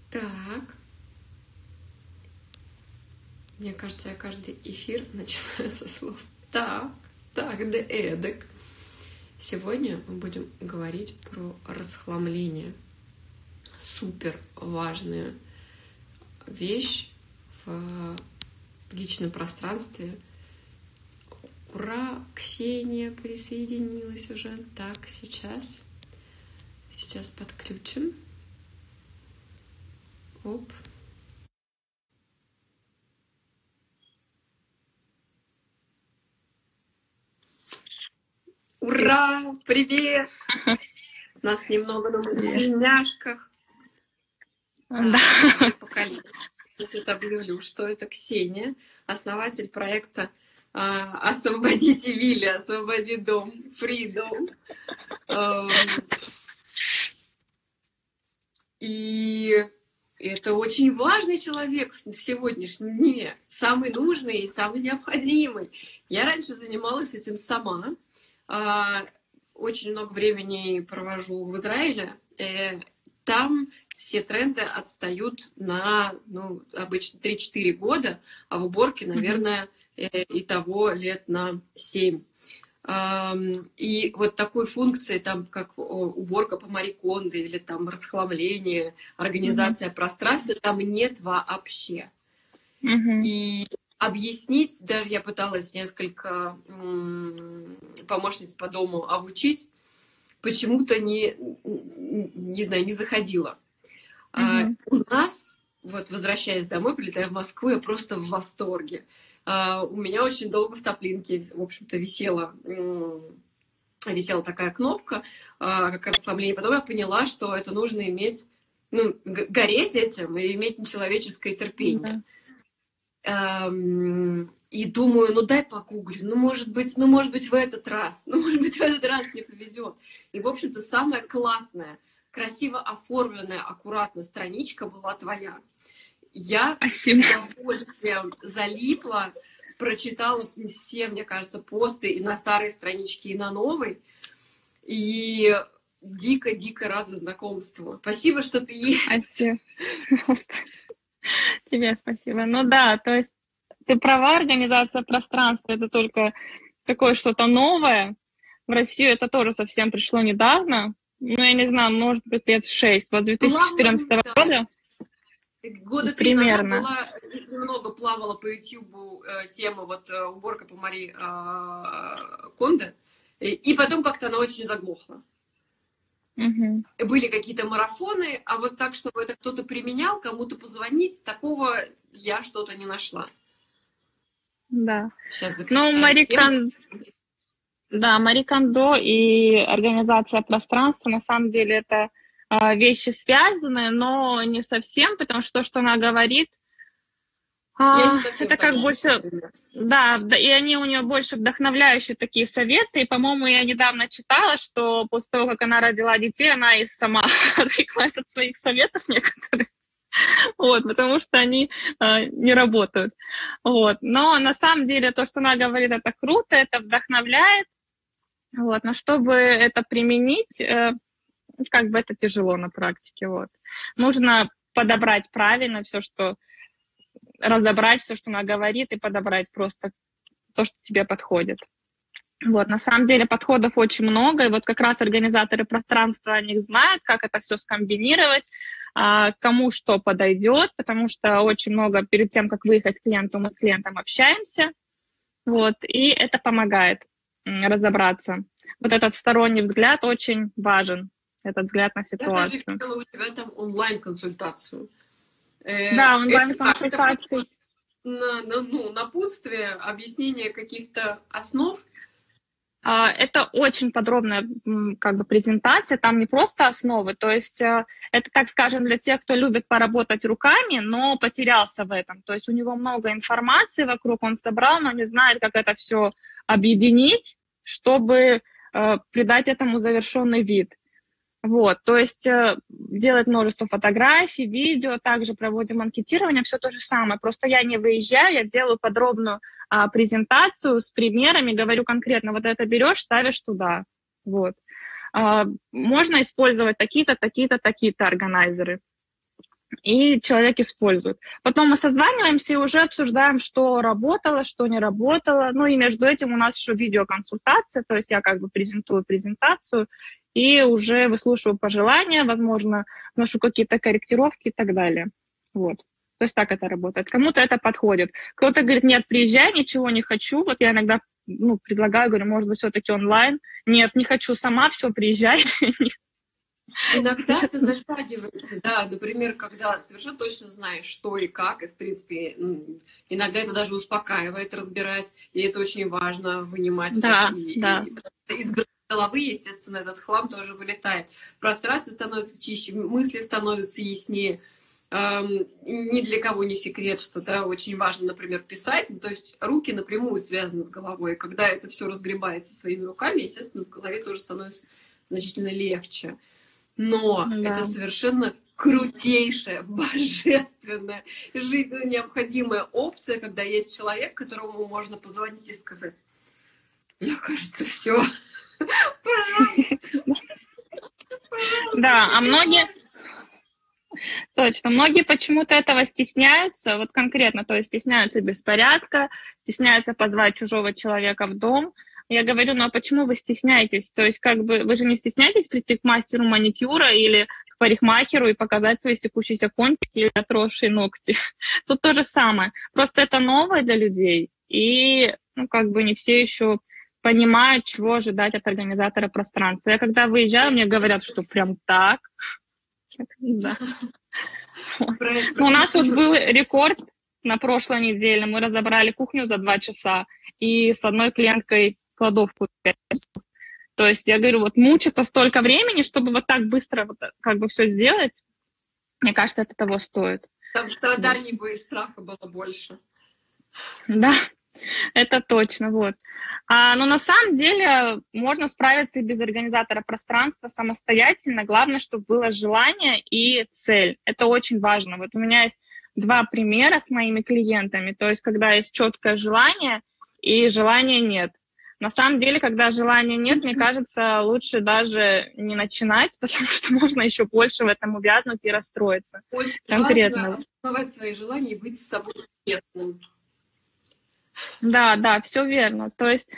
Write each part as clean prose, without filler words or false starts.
Так, мне кажется, я каждый эфир начинаю со слов «так», «так», да эдак. Сегодня мы будем говорить про расхламление. Супер важная вещь в личном пространстве. Ура! Ксения присоединилась уже. Так, сейчас подключим. Оп. Ура! Привет! Нас немного на тельняшках. Да. Значит, объявлю, что это Ксения, основатель проекта «Освободите Вилли, освободи дом», Freedom. И это очень важный человек в сегодняшнем дне, самый нужный и самый необходимый. Я раньше занималась этим сама. Очень много времени провожу в Израиле. Там все тренды отстают на, обычно 3-4 года, а в уборке, наверное, итого лет на 7. И вот такой функции, там, как уборка по Мари Кондо или там расхламление, организация пространства, там нет вообще. И объяснить, даже я пыталась несколько помощниц по дому обучить, почему-то не заходила. У нас, вот возвращаясь домой, прилетая в Москву, я просто в восторге. У меня очень долго в топлинке, в общем-то, висела такая кнопка, как расслабление. Потом я поняла, что это нужно иметь, гореть этим и иметь нечеловеческое терпение. И думаю, дай погуглю, может быть, в этот раз мне повезет. И, в общем-то, самая классная, красиво оформленная, аккуратная страничка была твоя. Я с удовольствием залипла, прочитала все, мне кажется, посты и на старой страничке, и на новой. И дико-дико рада знакомству. Спасибо, что ты есть. Тебе спасибо. Да, то есть ты права, организация пространства — это только такое что-то новое. В Россию это тоже совсем пришло недавно. Я не знаю, может быть, лет 6, вот с 2014 года. Года 3 назад немного плавала по Ютубу тема уборка по Мари Кондо, и потом как-то она очень заглохла. Были какие-то марафоны, а вот так, чтобы это кто-то применял, кому-то позвонить, такого я что-то не нашла. Да. Мари Кондо и организация пространства, на самом деле, это вещи связаны, но не совсем, потому что то, что она говорит, это как больше... Да, и они у нее больше вдохновляющие такие советы. И, по-моему, я недавно читала, что после того, как она родила детей, она и сама отвлеклась от своих советов некоторых. Потому что они не работают. Но на самом деле то, что она говорит, это круто, это вдохновляет. Но чтобы это применить, это тяжело на практике. Нужно подобрать правильно разобрать все, что она говорит, и подобрать просто то, что тебе подходит. На самом деле подходов очень много, и как раз организаторы пространства о них знают, как это все скомбинировать, кому что подойдет, потому что очень много перед тем, как выехать к клиенту, мы с клиентом общаемся, и это помогает разобраться. Этот сторонний взгляд очень важен, этот взгляд на ситуацию. Я даже видела у тебя там онлайн-консультацию. Да, онлайн-консультации. Напутствие, объяснение каких-то основ. Это очень подробная презентация, там не просто основы, то есть это, так скажем, для тех, кто любит поработать руками, но потерялся в этом. То есть у него много информации вокруг, он собрал, но не знает, как это все объединить, чтобы придать этому завершенный вид. То есть делать множество фотографий, видео, также проводим анкетирование, все то же самое. Просто я не выезжаю, я делаю подробную презентацию с примерами, говорю конкретно, это берешь, ставишь туда. Можно использовать такие-то, такие-то, такие-то органайзеры. и человек использует. Потом мы созваниваемся и уже обсуждаем, что работало, что не работало. Ну и между этим у нас еще видеоконсультация, то есть я как бы презентую презентацию и уже выслушиваю пожелания, возможно, вношу какие-то корректировки и так далее. Вот. То есть так это работает. Кому-то это подходит. Кто-то говорит, нет, приезжай, ничего не хочу. Вот я иногда предлагаю, говорю, может быть, все-таки онлайн. Нет, не хочу сама, все, приезжай. Иногда это затягивается, да, например, когда совершенно точно знаешь, что и как, и, в принципе, иногда это даже успокаивает разбирать, и это очень важно вынимать. Да, вот, да. из головы, естественно, этот хлам тоже вылетает. Пространство становится чище, мысли становятся яснее. Ни для кого не секрет, что да, очень важно, например, писать, то есть руки напрямую связаны с головой. И когда это все разгребается своими руками, естественно, в голове тоже становится значительно легче. Но Да. это совершенно крутейшая, божественная и жизненно необходимая опция, когда есть человек, которому можно позвонить и сказать: мне кажется, все. Пожалуйста. Да, а многие... Точно. Многие почему-то этого стесняются, вот конкретно, то есть стесняются беспорядка, стесняются позвать чужого человека в дом. Я говорю, ну а почему вы стесняетесь? То есть как бы вы же не стесняетесь прийти к мастеру маникюра или к парикмахеру и показать свои секущиеся кончики или отросшие ногти. Тут то же самое. Просто это новое для людей, и как бы не все еще понимают, чего ожидать от организатора пространства. Я когда выезжаю, мне говорят, что прям так. Да. У нас вот был рекорд на прошлой неделе. Мы разобрали кухню за 2 часа и с одной клиенткой кладовку 5 часов. То есть я говорю, вот мучиться столько времени, чтобы вот так быстро вот как бы все сделать, мне кажется, это того стоит. Там страданий бы и страха было больше. Да, это точно, вот. Но на самом деле можно справиться и без организатора пространства самостоятельно. Главное, чтобы было желание и цель. Это очень важно. Вот у меня есть 2 примера с моими клиентами. То есть когда есть четкое желание и желания нет. На самом деле, когда желания нет, мне кажется, лучше даже не начинать, потому что можно еще больше в этом увязнуть и расстроиться. Очень конкретно. важно осознавать свои желания и быть с собой честным. Да, все верно. То есть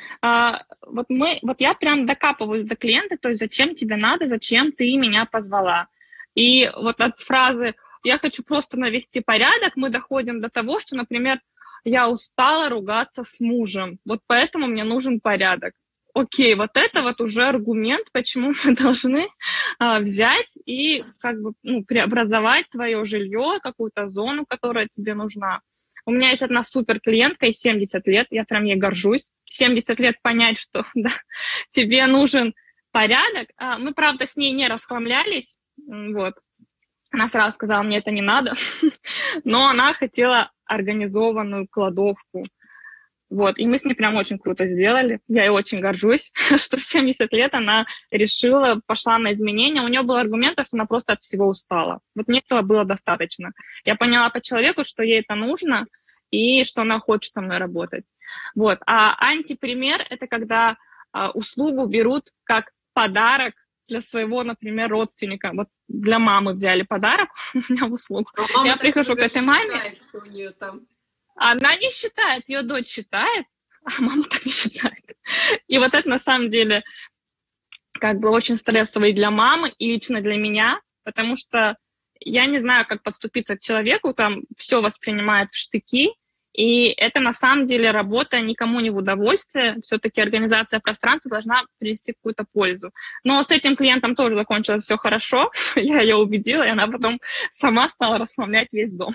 вот я прям докапываюсь до клиента, то есть зачем тебе надо, зачем ты меня позвала. И вот от фразы «я хочу просто навести порядок» мы доходим до того, что, например, я устала ругаться с мужем, вот поэтому мне нужен порядок. Окей, вот это вот уже аргумент, почему мы должны взять и как бы преобразовать твое жилье, какую-то зону, которая тебе нужна. У меня есть одна супер клиентка, ей 70 лет, я прям ей горжусь. 70 лет понять, что да, тебе нужен порядок. Мы, правда, с ней не расхламлялись, вот. Она сразу сказала, мне это не надо, но она хотела организованную кладовку. Вот, и мы с ней прям очень круто сделали. Я ей очень горжусь, что в 70 лет она решила, пошла на изменения. У нее был аргумент, что она просто от всего устала. Вот мне этого было достаточно. Я поняла по человеку, что ей это нужно, и что она хочет со мной работать. Вот. А антипример – это когда услугу берут как подарок для своего, например, родственника. Вот для мамы взяли подарок у меня в услугу. Я прихожу к этой маме. Считает, что у нее там... Она не считает, ее дочь считает, а мама так не считает. И вот это на самом деле как бы очень стрессово и для мамы, и лично для меня, потому что я не знаю, как подступиться к человеку, там все воспринимает в штыки, и это на самом деле работа никому не в удовольствие. Все-таки организация пространства должна принести какую-то пользу. Но с этим клиентом тоже закончилось все хорошо. Я ее убедила, и она потом сама стала расслаблять весь дом.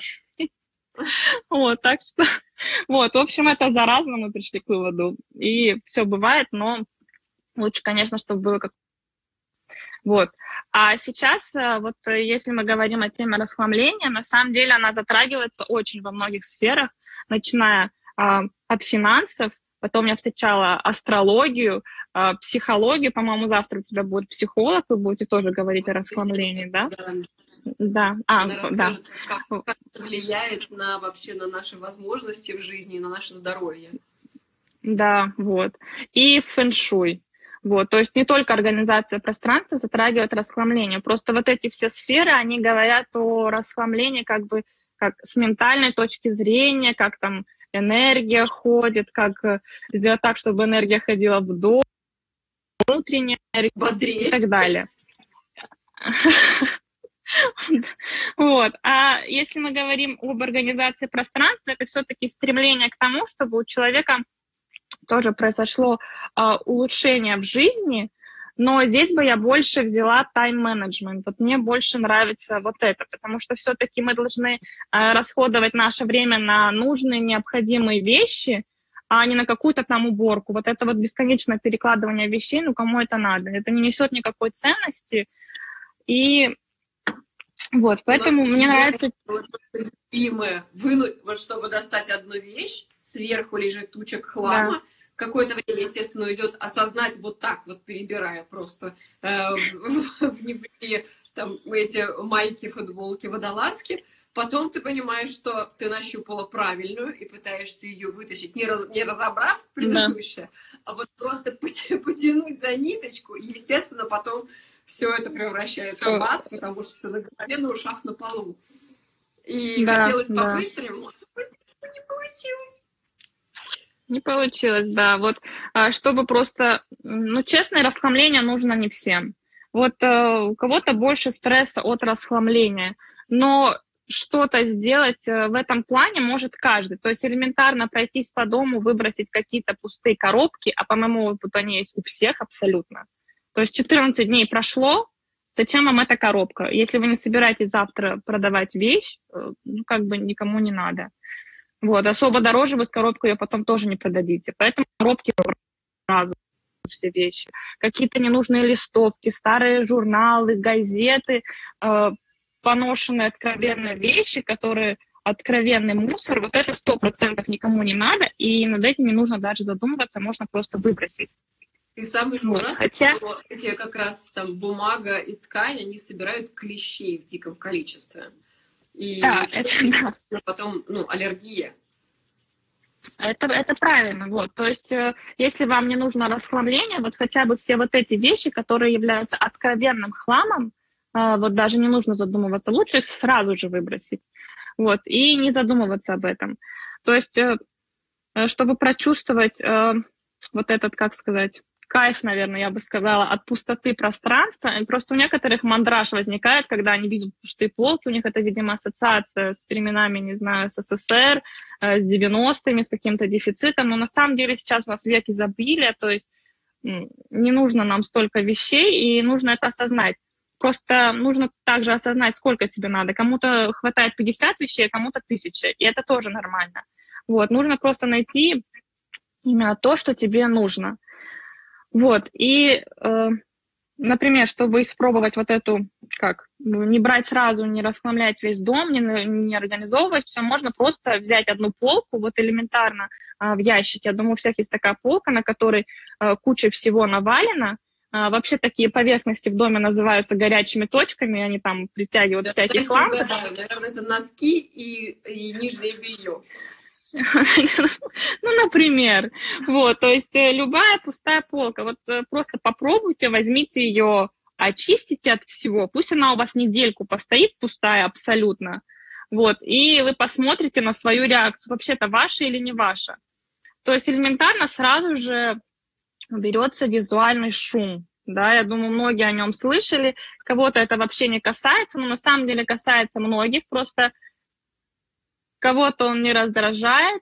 Вот, так что, вот, в общем, это заразно, мы пришли к выводу. И все бывает, но лучше, конечно, чтобы было как... Вот. А сейчас, вот если мы говорим о теме расхламления, на самом деле она затрагивается очень во многих сферах, начиная от финансов, потом я встречала астрологию, психологию, по-моему, завтра у тебя будет психолог, вы будете тоже говорить о расхламлении, да? Да. Она расскажет, как это влияет вообще на наши возможности в жизни и на наше здоровье. Да, вот. И фэн-шуй. Вот, то есть не только организация пространства затрагивает расхламление, просто вот эти все сферы, они говорят о расхламлении как бы как с ментальной точки зрения, как там энергия ходит, как сделать так, чтобы энергия ходила вдоль, внутренняя энергия и Бодрее. так далее. Вот. А если мы говорим об организации пространства, это все-таки стремление к тому, чтобы у человека тоже произошло улучшение в жизни, но здесь бы я больше взяла тайм-менеджмент. Вот мне больше нравится вот это, потому что все-таки мы должны расходовать наше время на нужные, необходимые вещи, а не на какую-то там уборку. Вот это вот бесконечное перекладывание вещей, ну кому это надо? Это не несет никакой ценности. И вот, поэтому мне нравится... Любимое, вынуть, вот чтобы достать одну вещь, сверху лежит тучек хлама, да. Какое-то время, естественно, уйдет осознать вот так вот, перебирая просто в небытие там эти майки, футболки, водолазки. Потом ты понимаешь, что ты нащупала правильную и пытаешься ее вытащить, не разобрав предыдущее, а вот просто потянуть за ниточку, и, естественно, потом все это превращается в ад, потому что все на голове, на ушах, на полу. И хотелось по-быстрому, не получилось. Не получилось, да. Вот чтобы просто... Ну, честное, расхламление нужно не всем. Вот у кого-то больше стресса от расхламления. Но что-то сделать в этом плане может каждый. То есть элементарно пройтись по дому, выбросить какие-то пустые коробки, а по моему опыту они есть у всех абсолютно. То есть 14 дней прошло, зачем вам эта коробка? Если вы не собираетесь завтра продавать вещь, ну, как бы никому не надо. Вот, особо дороже вы с коробкой ее потом тоже не продадите. Поэтому коробки сразу все вещи. Какие-то ненужные листовки, старые журналы, газеты, поношенные откровенные вещи, которые откровенный мусор, вот это 100% никому не надо, и над этим не нужно даже задумываться, можно просто выбросить. И самый же ужасный, что эти как раз там бумага и ткань, они собирают клещей в диком количестве. И потом, ну, аллергия. Это правильно, вот. То есть, если вам не нужно расхламление, вот хотя бы все вот эти вещи, которые являются откровенным хламом, вот даже не нужно задумываться, лучше их сразу же выбросить, вот, и не задумываться об этом. То есть, чтобы прочувствовать вот этот, как сказать, кайф, наверное, я бы сказала, от пустоты пространства. И просто у некоторых мандраж возникает, когда они видят пустые полки, у них это, видимо, ассоциация с временами, не знаю, с СССР, с 90-ми, с каким-то дефицитом. Но на самом деле сейчас у нас век изобилия, то есть не нужно нам столько вещей, и нужно это осознать. Просто нужно также осознать, сколько тебе надо. Кому-то хватает 50 вещей, а кому-то 1000, и это тоже нормально. Вот, нужно просто найти именно то, что тебе нужно. Вот, и, например, чтобы испробовать вот эту, не брать сразу, не расхламлять весь дом, не организовывать все, можно просто взять одну полку, вот элементарно в ящике. Я думаю, у всех есть такая полка, на которой куча всего навалена. Вообще такие поверхности в доме называются горячими точками, они там притягивают всякий хлам. Наверное, это носки и нижнее белье. Ну, например, вот, то есть любая пустая полка, вот просто попробуйте, возьмите ее, очистите от всего, пусть она у вас недельку постоит пустая абсолютно, вот, и вы посмотрите на свою реакцию, вообще-то ваша или не ваша. То есть элементарно сразу же берется визуальный шум, да, я думаю, многие о нем слышали, кого-то это вообще не касается, но на самом деле касается многих, просто кого-то он не раздражает.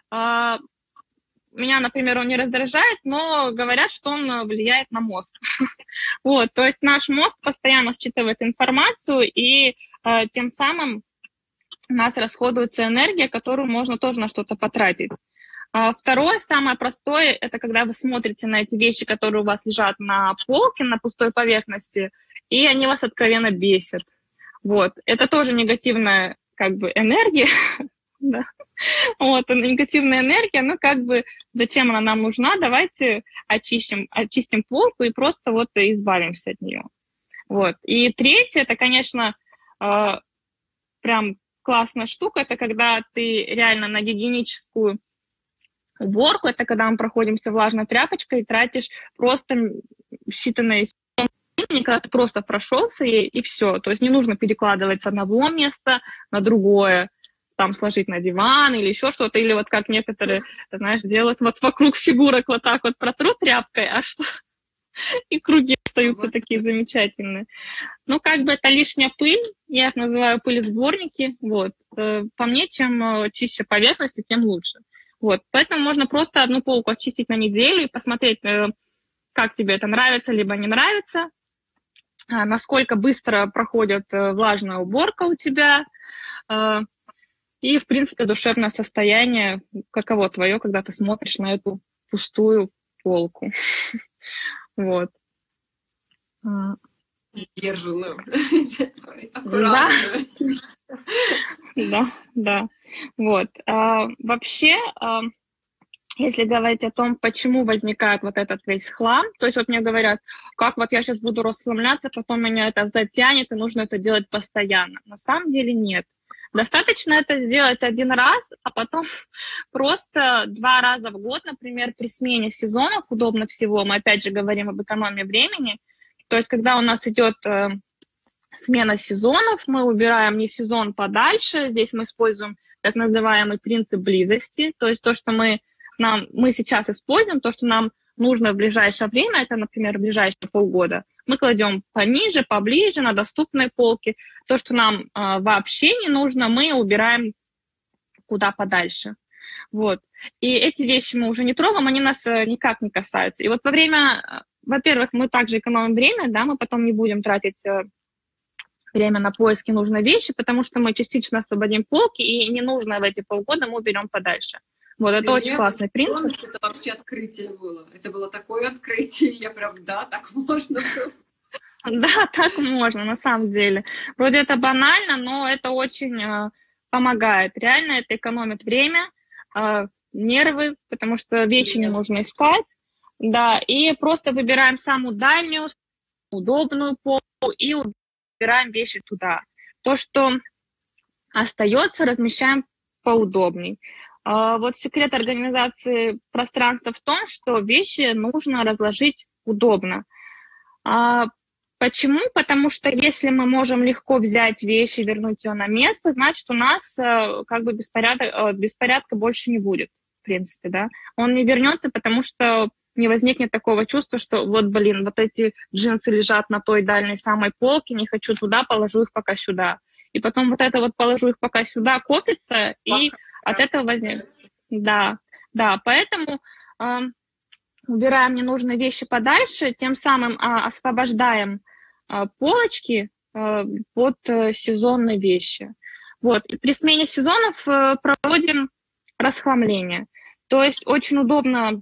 Меня, например, он не раздражает, но говорят, что он влияет на мозг. Вот, то есть наш мозг постоянно считывает информацию, и тем самым у нас расходуется энергия, которую можно тоже на что-то потратить. Второе, самое простое, это когда вы смотрите на эти вещи, которые у вас лежат на полке, на пустой поверхности, и они вас откровенно бесят. Вот, это тоже негативная энергия, да. Вот, негативная энергия, ну, зачем она нам нужна, давайте очистим полку и просто вот избавимся от нее. Вот, и третье, это, конечно, прям классная штука, это когда ты реально на гигиеническую Уборку — это когда мы проходимся влажной тряпочкой и тратишь просто считанные секунды, когда ты просто прошелся и все. То есть не нужно перекладывать с одного места на другое, там сложить на диван или еще что-то, или вот как некоторые, знаешь, делают вот вокруг фигурок вот так вот протрут тряпкой, а что и круги остаются такие замечательные. Ну, как бы это лишняя пыль, я их называю пылесборники, вот. По мне, чем чище поверхности, тем лучше. Вот, поэтому можно просто одну полку очистить на неделю и посмотреть, как тебе это нравится, либо не нравится, насколько быстро проходит влажная уборка у тебя, и, в принципе, душевное состояние, каково твое, когда ты смотришь на эту пустую полку. Вот. Сдержанную, аккуратную. Да. Вот. Вообще, если говорить о том, почему возникает вот этот весь хлам, то есть вот мне говорят, как вот я сейчас буду расслабляться, потом меня это затянет, и нужно это делать постоянно. На самом деле нет. Достаточно это сделать один раз, а потом просто 2 раза в год, например, при смене сезонов, удобно всего, мы опять же говорим об экономии времени, то есть когда у нас идет смена сезонов, мы убираем не сезон подальше, здесь мы используем так называемый принцип близости, то есть то, что мы сейчас используем, то, что нам нужно в ближайшее время, это, например, в ближайшие полгода, мы кладем пониже, поближе, на доступные полки. То, что нам вообще не нужно, мы убираем куда подальше. Вот. И эти вещи мы уже не трогаем, они нас никак не касаются. И вот во время, во-первых, мы также экономим время, да, мы потом не будем тратить время на поиски нужной вещи, потому что мы частично освободим полки, и ненужное в эти полгода мы уберем подальше. Вот, это очень классный принцип. Это вообще открытие было. Это было такое открытие, я прям, да, так можно было. Да, так можно, на самом деле. Вроде это банально, но это очень помогает. Реально это экономит время, нервы, потому что вещи не нужно искать. Да, и просто выбираем самую дальнюю, удобную полку и убираем вещи туда. То, что остается, размещаем поудобней. Вот секрет организации пространства в том, что вещи нужно разложить удобно. Почему? Потому что если мы можем легко взять вещи и вернуть ее на место, значит, у нас как бы беспорядка больше не будет, в принципе, да. Он не вернется, потому что не возникнет такого чувства, что вот, блин, вот эти джинсы лежат на той дальней самой полке, не хочу туда, положу их пока сюда. И потом вот это вот положу их пока сюда копится, и от этого возникнет. Да, поэтому убираем ненужные вещи подальше, тем самым освобождаем полочки под сезонные вещи. Вот. И при смене сезонов проводим расхламление. То есть очень удобно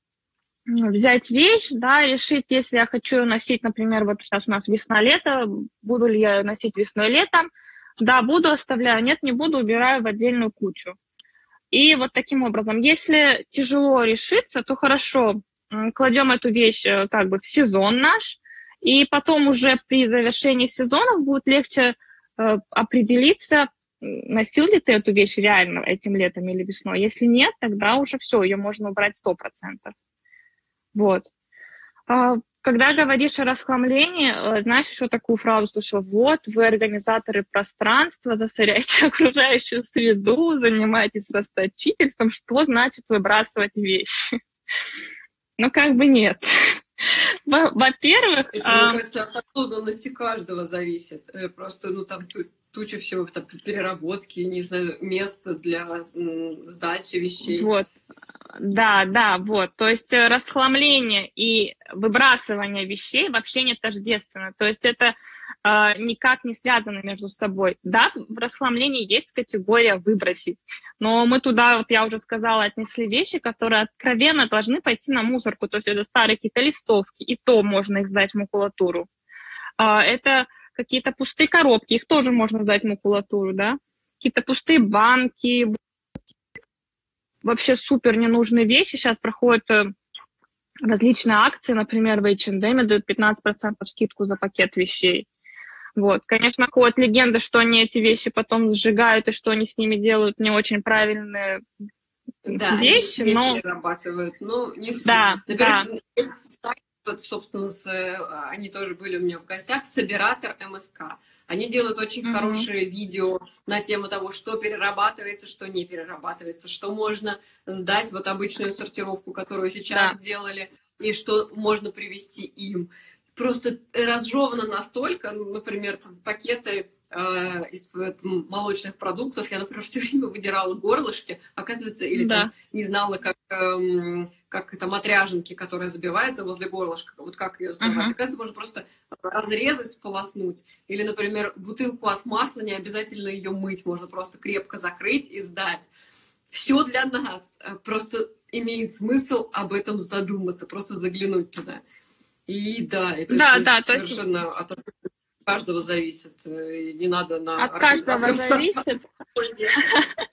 взять вещь, да, решить, если я хочу ее носить, например, вот сейчас у нас весна-лето, буду ли я ее носить весной-летом, да, буду, оставляю, нет, не буду, убираю в отдельную кучу. И вот таким образом, если тяжело решиться, то хорошо, кладем эту вещь как бы в сезон наш, и потом уже при завершении сезонов будет легче определиться, носил ли ты эту вещь реально этим летом или весной. Если нет, тогда уже все, ее можно убрать 100%. Вот. Когда говоришь о расхламлении, знаешь, еще такую фразу слышала: вот, вы организаторы пространства, засоряете окружающую среду, занимаетесь расточительством. Что значит выбрасывать вещи? Ну, как бы нет. Во-первых... Мне кажется, от осознанности каждого зависит. Просто, ну, там туча всего, там, переработки, не знаю, места для сдачи вещей. Вот. Да, вот. То есть расхламление и выбрасывание вещей вообще не тождественно. То есть это никак не связано между собой. Да, в расхламлении есть категория «выбросить», но мы туда, вот я уже сказала, отнесли вещи, которые откровенно должны пойти на мусорку. То есть это старые какие-то листовки, и то можно их сдать в макулатуру. Это какие-то пустые коробки, их тоже можно сдать в макулатуру, да. Какие-то пустые банки, вообще супер ненужные вещи. Сейчас проходят различные акции, например, в H&M дают 15% скидку за пакет вещей. Вот. Конечно, ходят легенды, что они эти вещи потом сжигают, и что они с ними делают, не очень правильные Да, они вещи, не но перерабатывают, но не суть. да, да, Например, есть сайт, вот, собственно, они тоже были у меня в гостях, Собиратор МСК. Они делают очень мгм, хорошие видео на тему того, что перерабатывается, что не перерабатывается, что можно сдать, вот обычную сортировку, которую сейчас да, сделали, и что можно привезти им. Просто разжевано настолько, ну, например, там, пакеты из молочных продуктов. Я, например, все время выдирала горлышки, оказывается, или там да, не знала, как там отряженки, которая забивается возле горлышка, вот как ее сдавать. мгм. Оказывается, можно просто разрезать, сполоснуть. Или, например, бутылку от масла, не обязательно ее мыть, можно просто крепко закрыть и сдать. Все для нас. Просто имеет смысл об этом задуматься, просто заглянуть туда. И да, это Да, ну, да, то есть совершенно от каждого зависит. Не надо на от каждого организацию зависит. вешать.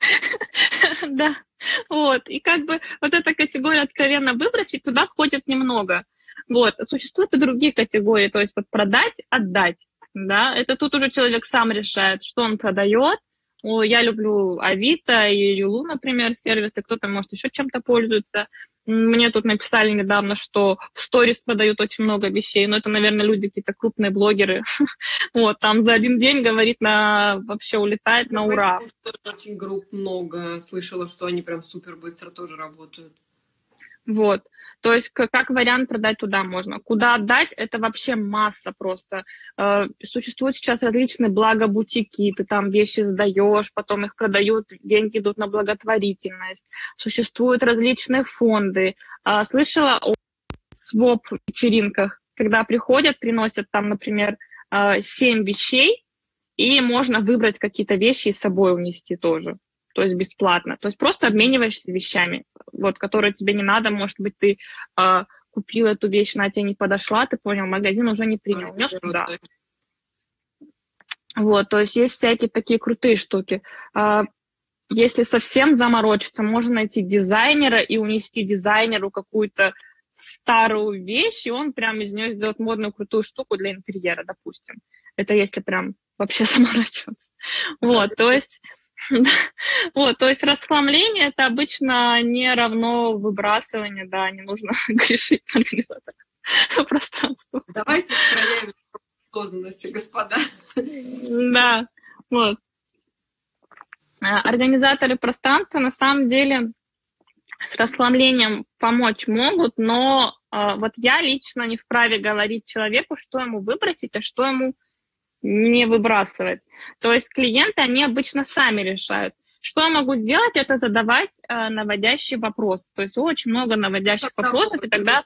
Да, вот. И как бы вот эта категория откровенно выбросить, туда входит немного. Вот. Существуют и другие категории, то есть вот продать, отдать. Да, это тут уже человек сам решает, что он продает. Я люблю Авито и Юлу, например, сервисы, кто-то, может, еще чем-то пользуется. Мне тут написали недавно, что в сторис продают очень много вещей, но это, наверное, люди какие-то крупные блогеры. Вот, там за один день, говорит, вообще улетает На на ура. Фейсбуке тоже очень групп много. Слышала, что они прям супер быстро тоже работают. Вот. То есть как вариант продать туда можно. Куда отдать, это вообще масса просто. Существуют сейчас различные благобутики, ты там вещи сдаешь, потом их продают, деньги идут на благотворительность. Существуют различные фонды. Слышала о своп-вечеринках, когда приходят, приносят там, например, 7 вещей, и можно выбрать какие-то вещи и с собой унести тоже, то есть бесплатно. То есть просто обмениваешься вещами, вот, которые тебе не надо. Может быть, ты купил эту вещь, она тебе не подошла, ты понял, магазин уже не принял, унес туда. Вот, то есть есть всякие такие крутые штуки. Если совсем заморочиться, можно найти дизайнера и унести дизайнеру какую-то старую вещь, и он прям из нее сделает модную крутую штуку для интерьера, допустим. Это если прям вообще заморачиваться. Вот, то есть, вот, то есть расхламление это обычно не равно выбрасывание, да, не нужно грешить на организатора пространства. Давайте проявим осознанность, господа. Да, вот. Организаторы пространства на самом деле с расхламлением помочь могут, но вот я лично не вправе говорить человеку, что ему выбросить, а что ему не выбрасывать. То есть клиенты, они обычно сами решают. Что я могу сделать, это задавать наводящий вопрос. То есть очень много наводящих вопросов, и тогда,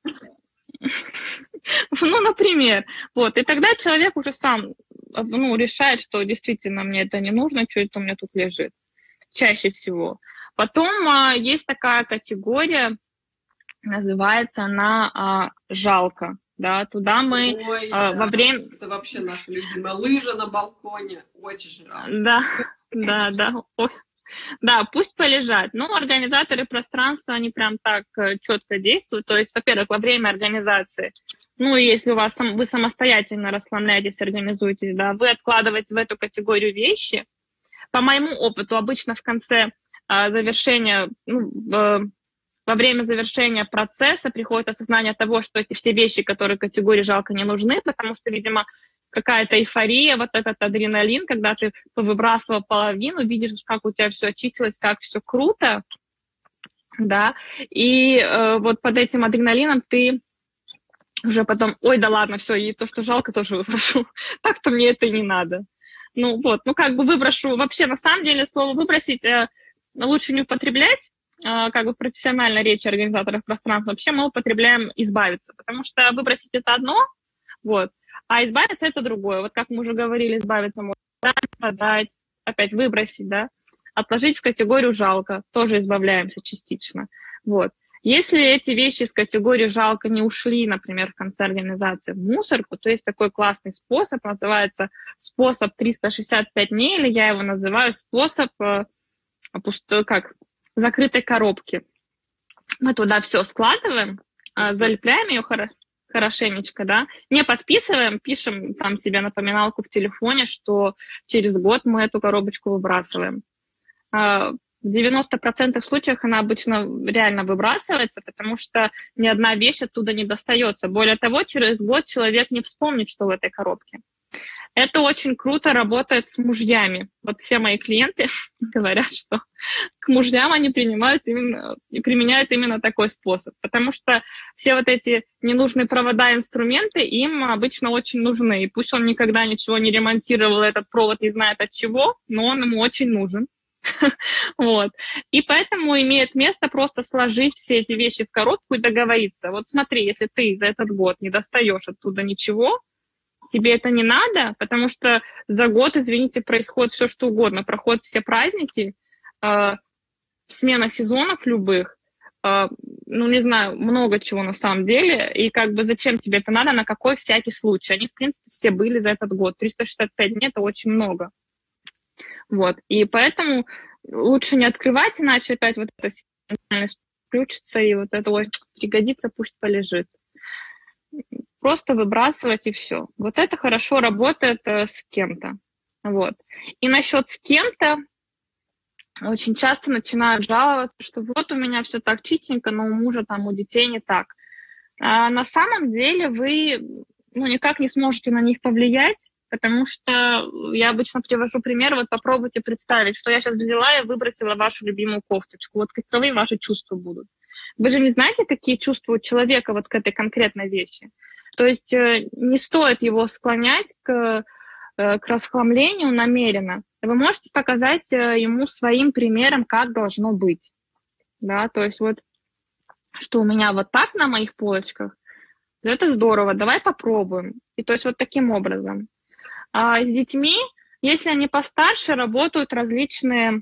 ну, например, вот, и тогда человек уже сам, ну, решает, что действительно мне это не нужно, что это у меня тут лежит. Чаще всего. Потом есть такая категория, называется она «жалко». Да, туда мы Ой, во да. время... Это вообще наша любимая лыжа на балконе. Очень жалко. Да, да, да. Ой. Да, пусть полежат. Но организаторы пространства, они прям так четко действуют. То есть, во-первых, во время организации, ну, если у вас вы самостоятельно расслабляетесь, организуетесь, да, вы откладываете в эту категорию вещи. По моему опыту, обычно в конце завершения, ну, во время завершения процесса приходит осознание того, что эти все вещи, которые категории жалко, не нужны, потому что, видимо, какая-то эйфория, вот этот адреналин, когда ты выбрасывал половину, видишь, как у тебя все очистилось, как все круто, да, и вот под этим адреналином ты уже потом, ой, да ладно, все, и то, что жалко, тоже выброшу, так-то мне это и не надо. Ну вот, ну как бы выброшу, вообще на самом деле слово «выбросить» лучше не употреблять, как бы профессиональной речи организаторов пространства. Вообще мы употребляем «избавиться», потому что выбросить это одно, вот, а избавиться это другое. Вот как мы уже говорили, избавиться можно продать, опять выбросить, да, отложить в категорию «жалко», тоже избавляемся частично, вот. Если эти вещи из категории «жалко» не ушли, например, в конце организации в мусорку, то есть такой классный способ, называется способ 365 дней, или я его называю способ закрытой коробки. Мы туда все складываем, залепляем ее хорошенечко, да, не подписываем, пишем там себе напоминалку в телефоне, что через год мы эту коробочку выбрасываем. В 90% случаев она обычно реально выбрасывается, потому что ни одна вещь оттуда не достается. Более того, через год человек не вспомнит, что в этой коробке. Это очень круто работает с мужьями. Вот все мои клиенты говорят, что к мужьям они применяют именно такой способ, потому что все вот эти ненужные провода, инструменты им обычно очень нужны. И пусть он никогда ничего не ремонтировал, этот провод не знает от чего, но он ему очень нужен. Вот. И поэтому имеет место просто сложить все эти вещи в коробку и договориться. Вот смотри, если ты за этот год не достаешь оттуда ничего, тебе это не надо, потому что за год, извините, происходит все что угодно. Проходят все праздники, смена сезонов любых, не знаю, много чего на самом деле. И как бы зачем тебе это надо, на какой всякий случай? Они, в принципе, все были за этот год. 365 дней – это очень много. Вот. И поэтому лучше не открывать, иначе опять вот эта сентиментальность включится, и вот это пригодится, пусть полежит. Просто выбрасывать и все. Вот это хорошо работает с кем-то. Вот. И насчет с кем-то очень часто начинают жаловаться, что вот у меня все так чистенько, но у мужа там, у детей не так. А на самом деле вы никак не сможете на них повлиять, потому что я обычно привожу пример, вот попробуйте представить, что я сейчас взяла и выбросила вашу любимую кофточку. Вот каковы ваши чувства будут? Вы же не знаете, какие чувства у человека вот к этой конкретной вещи. То есть не стоит его склонять к расхламлению намеренно. Вы можете показать ему своим примером, как должно быть. Да? То есть вот, что у меня вот так на моих полочках, это здорово, давай попробуем. И то есть вот таким образом. А с детьми, если они постарше, работают различные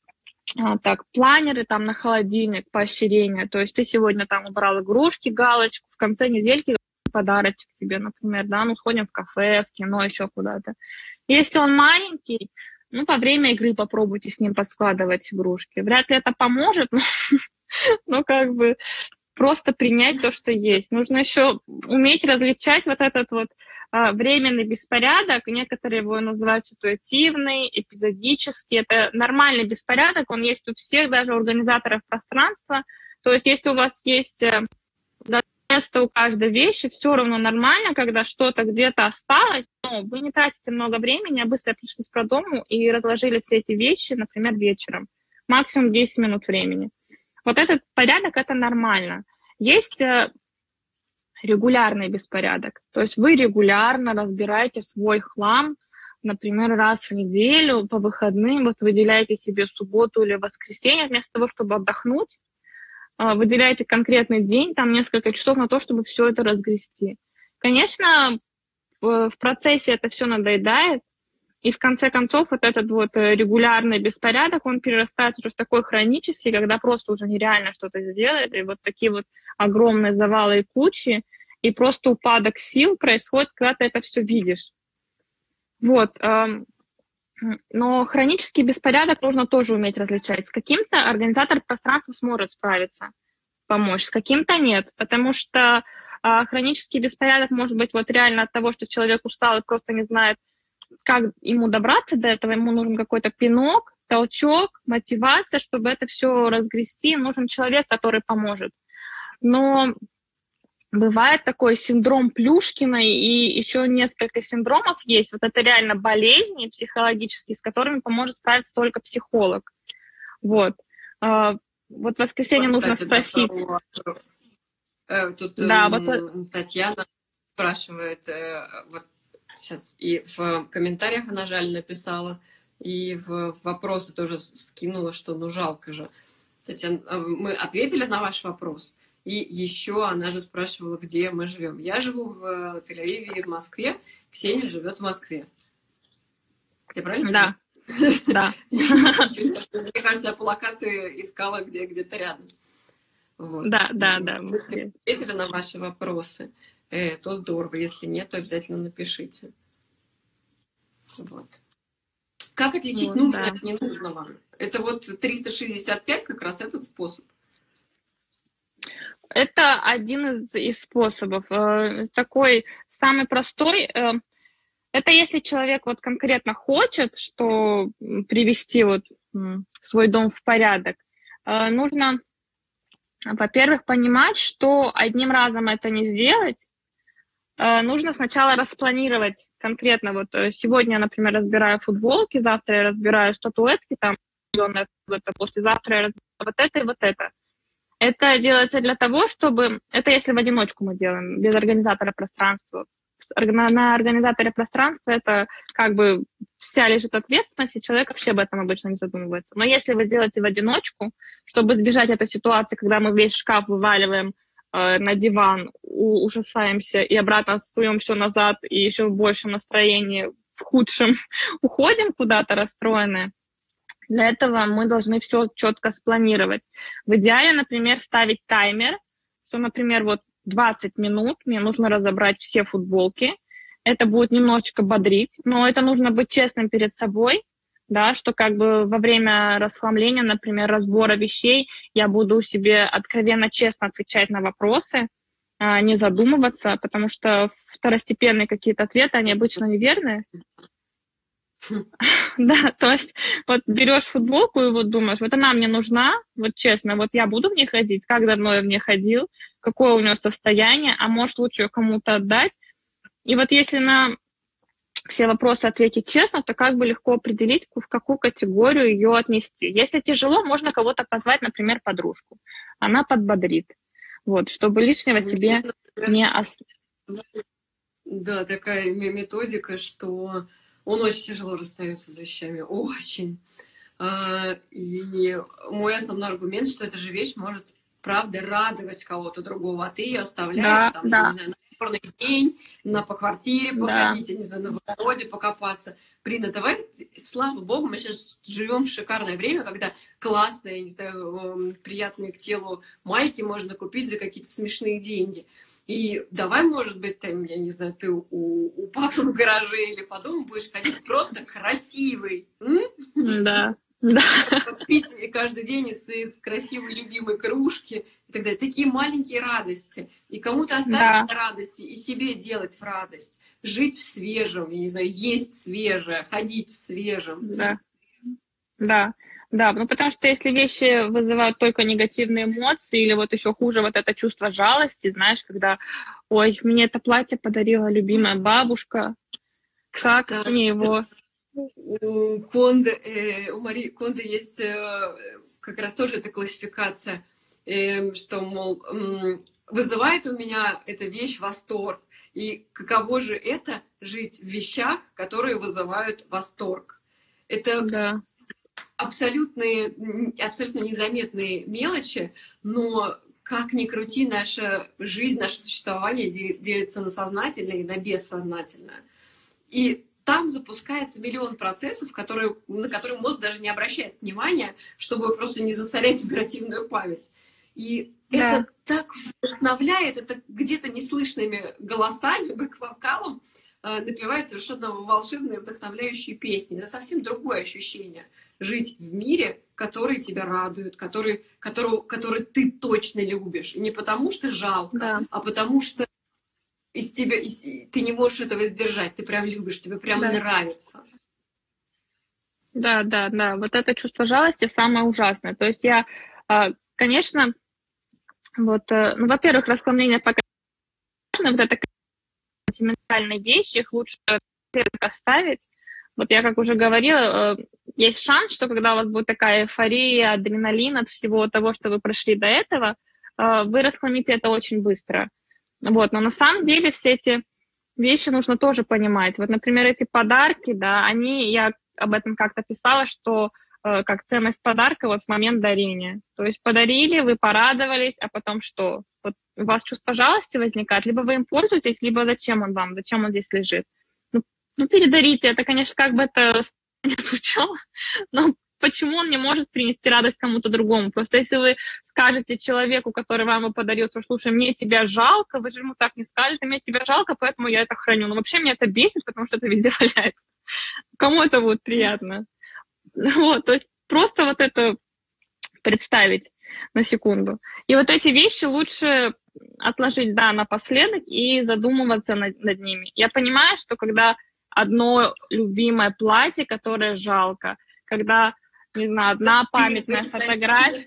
планеры там на холодильник, поощрения. То есть ты сегодня там убрал игрушки, галочку, в конце недельки подарочек тебе, например, да, сходим в кафе, в кино, еще куда-то. Если он маленький, во время игры попробуйте с ним поскладывать игрушки. Вряд ли это поможет, но как бы просто принять то, что есть. Нужно еще уметь различать вот этот вот временный беспорядок. Некоторые его называют ситуативный, эпизодический. Это нормальный беспорядок, он есть у всех, даже у организаторов пространства. То есть если у вас есть место у каждой вещи, все равно нормально, когда что-то где-то осталось, но вы не тратите много времени, а быстро пришли по дому и разложили все эти вещи, например, вечером. Максимум 10 минут времени. Вот этот порядок – это нормально. Есть регулярный беспорядок. То есть вы регулярно разбираете свой хлам, например, раз в неделю, по выходным, вот выделяете себе субботу или воскресенье вместо того, чтобы отдохнуть, выделяете конкретный день, там несколько часов на то, чтобы все это разгрести. Конечно, в процессе это все надоедает, и в конце концов вот этот вот регулярный беспорядок, он перерастает уже в такой хронический, когда просто уже нереально что-то сделать, и вот такие вот огромные завалы и кучи, и просто упадок сил происходит, когда ты это все видишь. Вот. Но хронический беспорядок нужно тоже уметь различать. С каким-то организатор пространства сможет справиться, помочь, с каким-то нет, потому что хронический беспорядок может быть вот реально от того, что человек устал и просто не знает, как ему добраться до этого, ему нужен какой-то пинок, толчок, мотивация, чтобы это все разгрести, нужен человек, который поможет. Но бывает такой синдром Плюшкина, и еще несколько синдромов есть. Вот это реально болезни психологические, с которыми поможет справиться только психолог. Вот. Вот в воскресенье нужно спросить. Тут да, вот... Татьяна спрашивает, вот сейчас и в комментариях она жаль написала, и в вопросы тоже скинула, что жалко же. Татьяна, мы ответили на ваш вопрос. И еще она же спрашивала, где мы живем. Я живу в Тель-Авиве и в Москве. Ксения живет в Москве. Я правильно понимаю? Да. Мне кажется, я по локации искала где-то рядом. Да. Если ответили на ваши вопросы, то здорово. Если нет, то обязательно напишите. Вот. Как отличить нужное от ненужного? Это вот 365 как раз этот способ. Это один из способов. Такой самый простой. Это если человек вот конкретно хочет, что привести вот свой дом в порядок. Нужно, во-первых, понимать, что одним разом это не сделать. Нужно сначала распланировать конкретно. Вот сегодня я, например, разбираю футболки, завтра я разбираю статуэтки, там, послезавтра я разбираю вот это и вот это. Это делается для того, чтобы... Это если в одиночку мы делаем, без организатора пространства. На организаторе пространства это как бы вся лежит ответственность, и человек вообще об этом обычно не задумывается. Но если вы делаете в одиночку, чтобы избежать этой ситуации, когда мы весь шкаф вываливаем на диван, ужасаемся и обратно суем все назад, и еще в большем настроении, в худшем, уходим куда-то расстроенные, для этого мы должны все четко спланировать. В идеале, например, ставить таймер, что, например, вот 20 минут мне нужно разобрать все футболки. Это будет немножечко бодрить, но это нужно быть честным перед собой, да, что как бы во время расхламления, например, разбора вещей, я буду себе откровенно честно отвечать на вопросы, не задумываться, потому что второстепенные какие-то ответы, они обычно неверные. Да, то есть вот берешь футболку и вот думаешь, вот она мне нужна, вот честно, вот я буду в ней ходить, как давно я в ней ходил, какое у нее состояние, а может лучше ее кому-то отдать. И вот если на все вопросы ответить честно, то как бы легко определить, в какую категорию ее отнести. Если тяжело, можно кого-то позвать, например, подружку. Она подбодрит, вот, чтобы лишнего себе не оставить. Да, такая методика, что он очень тяжело расстается с вещами, очень. И мой основной аргумент, что эта же вещь может, правда, радовать кого-то другого, а ты ее оставляешь, там, я не знаю, на черный день, по квартире походить, я не знаю, на огороде покопаться. Блин, а давай, слава богу, мы сейчас живем в шикарное время, когда классные, я не знаю, приятные к телу майки можно купить за какие-то смешные деньги. И давай, может быть, там, я не знаю, ты у папы в гараже или по дому будешь ходить просто красивый. Да. Пить каждый день из красивой любимой кружки и так далее. Такие маленькие радости. И кому-то оставить радости, и себе делать в радость. Жить в свежем, я не знаю, есть свежее, ходить в свежем. Да, ну потому что если вещи вызывают только негативные эмоции, или вот еще хуже вот это чувство жалости, знаешь, когда, ой, мне это платье подарила любимая бабушка, как мне его... У Мари Кондо есть как раз тоже эта классификация, что, мол, вызывает у меня эта вещь восторг. И каково же это жить в вещах, которые вызывают восторг? Это абсолютно незаметные мелочи, но как ни крути, наша жизнь, наше существование делится на сознательное и на бессознательное. И там запускается миллион процессов, на которые мозг даже не обращает внимания, чтобы просто не засорять оперативную память. И это так вдохновляет, это где-то неслышными голосами, бэк-вокалом напевает совершенно волшебные, вдохновляющие песни. Это совсем другое ощущение. Жить в мире, который тебя радует, который ты точно любишь. И не потому что жалко, а потому что ты не можешь этого сдержать, ты прям любишь, тебе прям нравится. Да, вот это чувство жалости самое ужасное. То есть я, конечно, вот, ну, во-первых, расхламление пока вот это сентиментальные вещи, их лучше оставить. Вот я, как уже говорила, есть шанс, что когда у вас будет такая эйфория, адреналин от всего того, что вы прошли до этого, вы расхламите это очень быстро. Вот, но на самом деле все эти вещи нужно тоже понимать. Вот, например, эти подарки, да, я об этом как-то писала, что как ценность подарка вот в момент дарения. То есть подарили, вы порадовались, а потом что? Вот у вас чувство жалости возникает, либо вы им пользуетесь, либо зачем он вам, зачем он здесь лежит. Ну, передарите, это, конечно, как бы это не звучало, но почему он не может принести радость кому-то другому? Просто если вы скажете человеку, который вам его подарил, что, слушай, мне тебя жалко, вы же ему так не скажете, мне тебя жалко, поэтому я это храню. Но вообще меня это бесит, потому что это везде валяется. Кому это будет приятно? Вот, то есть просто вот это представить на секунду. И вот эти вещи лучше отложить, напоследок и задумываться над ними. Я понимаю, что когда одно любимое платье, которое жалко, когда не знаю, одна памятная фотография.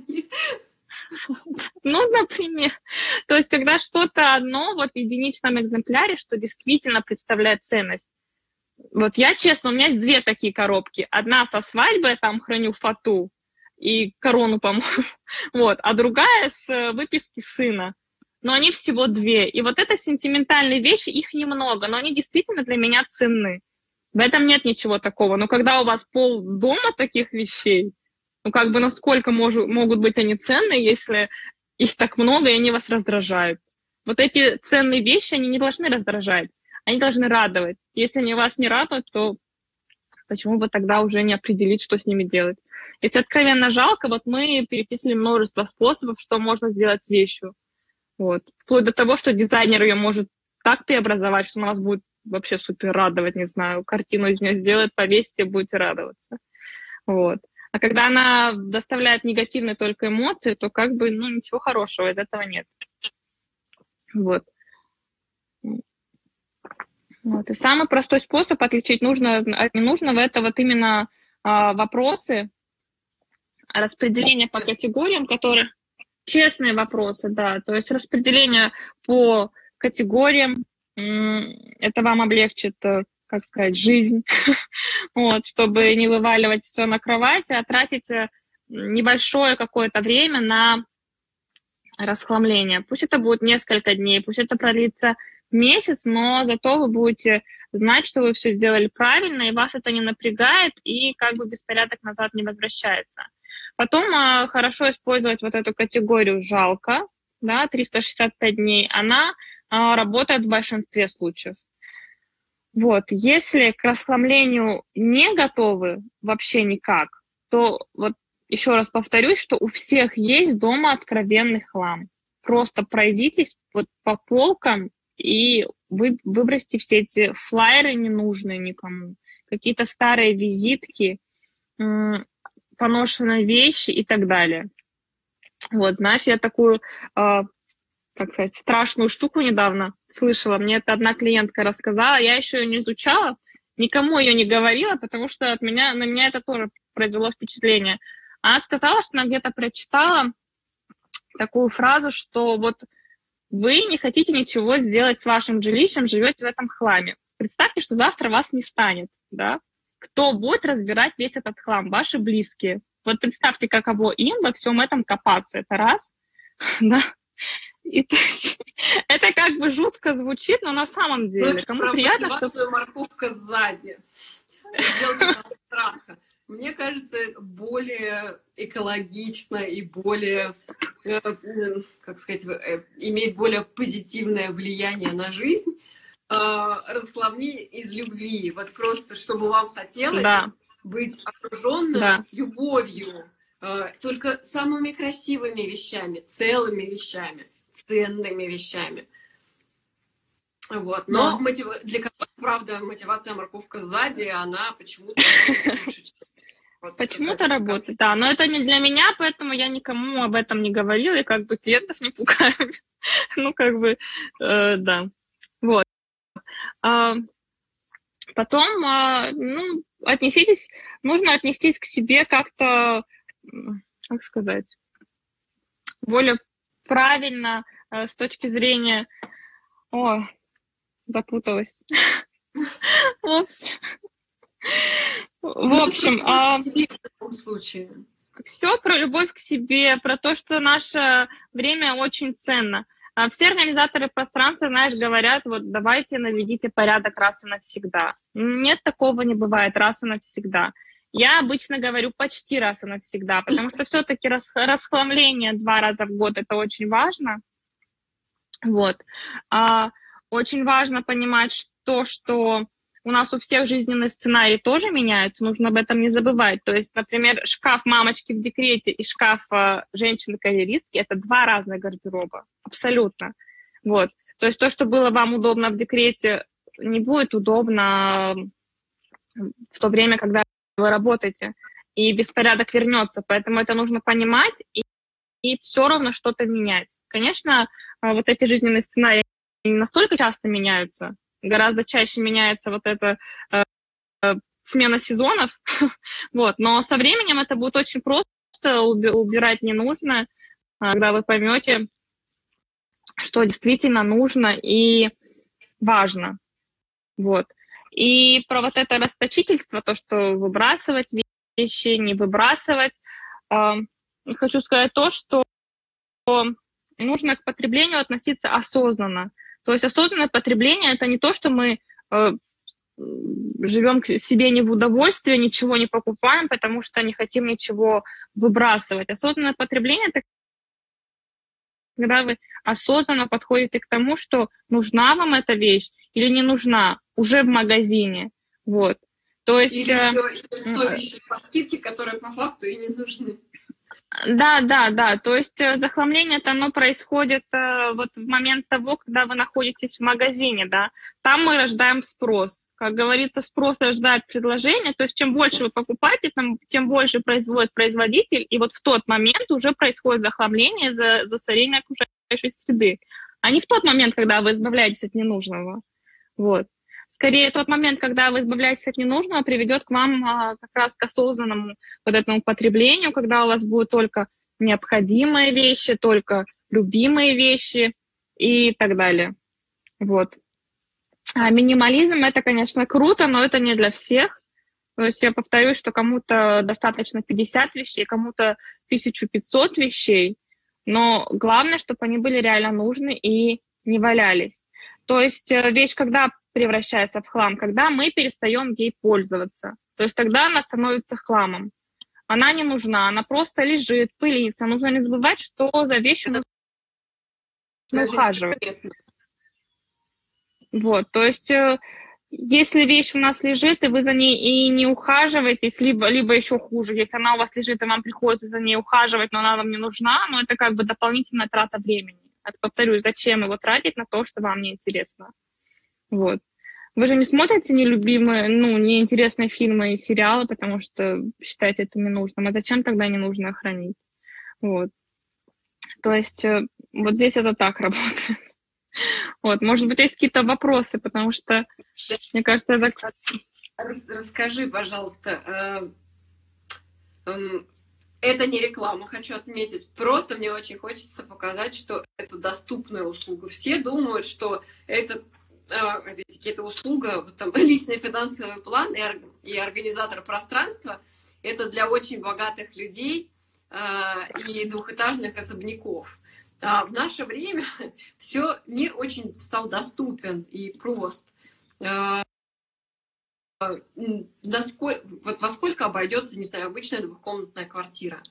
Ну, например. То есть, когда что-то одно вот в единичном экземпляре, что действительно представляет ценность. Вот я, честно, у меня есть 2 такие коробки. Одна со свадьбы, я там храню фату и корону, по-моему. Вот. А другая с выписки сына. Но они всего 2. И вот это сентиментальные вещи, их немного, но они действительно для меня ценны. В этом нет ничего такого. Но когда у вас полдома таких вещей, ну, как бы насколько могут быть они ценные, если их так много, и они вас раздражают. Вот эти ценные вещи, они не должны раздражать, они должны радовать. Если они вас не радуют, то почему бы тогда уже не определить, что с ними делать? Если откровенно жалко, вот мы переписали множество способов, что можно сделать с вещью. Вот. Вплоть до того, что дизайнер ее может так преобразовать, что она вас будет вообще супер радовать, не знаю, картину из нее сделает, повесите, будете радоваться. Вот. А когда она доставляет негативные только эмоции, то как бы, ну, ничего хорошего из этого нет. Вот. Вот. И самый простой способ отличить нужное от ненужного — это вот именно вопросы, распределение по категориям, которые... Честные вопросы, да. То есть распределение по категориям, это вам облегчит, как сказать, жизнь, вот, чтобы не вываливать все на кровать, а тратить небольшое какое-то время на расхламление. Пусть это будет несколько дней, пусть это продлится месяц, но зато вы будете знать, что вы все сделали правильно, и вас это не напрягает, и как бы беспорядок назад не возвращается. Потом хорошо использовать вот эту категорию «жалко», да, 365 дней, она работает в большинстве случаев. Вот. Если к расхламлению не готовы вообще никак, то вот еще раз повторюсь, что у всех есть дома откровенный хлам. Просто пройдитесь вот по полкам и выбросьте все эти флаеры ненужные никому, какие-то старые визитки, поношенные вещи и так далее. Вот, знаешь, я такую, так сказать, страшную штуку недавно слышала. Мне это одна клиентка рассказала, я еще ее не изучала, никому ее не говорила, потому что на меня это тоже произвело впечатление. Она сказала, что она где-то прочитала такую фразу, что вот вы не хотите ничего сделать с вашим жилищем, живете в этом хламе. Представьте, что завтра вас не станет, да? Кто будет разбирать весь этот хлам? Ваши близкие. Вот представьте, каково им во всем этом копаться. Это раз, да? И то есть, это как бы жутко звучит, но на самом деле, кому приятно, что... Морковка сзади. Сделать это от страха. Мне кажется, более экологично и более, как сказать, имеет более позитивное влияние на жизнь. Расхламни из любви. Вот просто, чтобы вам хотелось быть окруженным любовью. Только самыми красивыми вещами, целыми вещами, ценными вещами. Вот. Но для кого-то, правда, мотивация морковка сзади, она почему-то лучше, чем... Вот почему-то работает, да. Но это не для меня, поэтому я никому об этом не говорила, и как бы клиентов не пугаю. Ну, как бы, да. Вот. Потом, ну, нужно отнестись к себе как-то, как сказать, более правильно с точки зрения... О, запуталась. В общем, в таком случае. Все про любовь к себе, про то, что наше время очень ценно. Все организаторы пространства, знаешь, говорят, вот давайте наведите порядок раз и навсегда. Нет, такого не бывает раз и навсегда. Я обычно говорю почти раз и навсегда, потому что все-таки расхламление 2 раза в год — это очень важно. Вот. Очень важно понимать, что у нас у всех жизненные сценарии тоже меняются, нужно об этом не забывать. То есть, например, шкаф мамочки в декрете и шкаф женщины-карьеристки — это 2 разных гардероба, абсолютно. Вот. То есть то, что было вам удобно в декрете, не будет удобно в то время, когда вы работаете, и беспорядок вернется. Поэтому это нужно понимать и все равно что-то менять. Конечно, вот эти жизненные сценарии не настолько часто меняются, гораздо чаще меняется вот эта смена сезонов, вот, но со временем это будет очень просто, убирать не нужно, когда вы поймете, что действительно нужно и важно, вот. И про вот это расточительство, то, что выбрасывать вещи, не выбрасывать, хочу сказать то, что нужно к потреблению относиться осознанно. То есть осознанное потребление – это не то, что мы живем себе не в удовольствие, ничего не покупаем, потому что не хотим ничего выбрасывать. Осознанное потребление – это когда вы осознанно подходите к тому, что нужна вам эта вещь или не нужна, уже в магазине. Вот. То есть, или стоящие скидки, которые по факту и не нужны. Да. То есть захламление-то оно происходит вот в момент того, когда вы находитесь в магазине, да. Там мы рождаем спрос. Как говорится, спрос рождает предложение. То есть чем больше вы покупаете, тем больше производит производитель. И вот в тот момент уже происходит захламление, засорение окружающей среды. А не в тот момент, когда вы избавляетесь от ненужного. Вот. Скорее, тот момент, когда вы избавляетесь от ненужного, приведет к вам как раз к осознанному вот этому потреблению, когда у вас будут только необходимые вещи, только любимые вещи и так далее. Вот. А минимализм – это, конечно, круто, но это не для всех. То есть я повторюсь, что кому-то достаточно 50 вещей, кому-то 1500 вещей, но главное, чтобы они были реально нужны и не валялись. То есть вещь, когда превращается в хлам, когда мы перестаем ей пользоваться. То есть тогда она становится хламом. Она не нужна, она просто лежит, пылится. Нужно не забывать, что за вещью нужно ухаживать. Вот, то есть если вещь у нас лежит, и вы за ней и не ухаживаетесь, либо еще хуже, если она у вас лежит, и вам приходится за ней ухаживать, но она вам не нужна, но это как бы дополнительная трата времени. Повторюсь, зачем его тратить на то, что вам не интересно? Вот. Вы же не смотрите нелюбимые, неинтересные фильмы и сериалы, потому что считаете это ненужным. А зачем тогда не нужно хранить? Вот. То есть вот здесь это так работает. Вот. Может быть, есть какие-то вопросы, потому что, мне кажется, я Расскажи, пожалуйста, это не реклама, хочу отметить. Просто мне очень хочется показать, что это доступная услуга. Все думают, что это, опять-таки, это услуга, вот там, личный финансовый план и организатор пространства. Это для очень богатых людей и двухэтажных особняков. А в наше время мир очень стал доступен и прост. Во сколько обойдется, не знаю, обычная двухкомнатная квартира?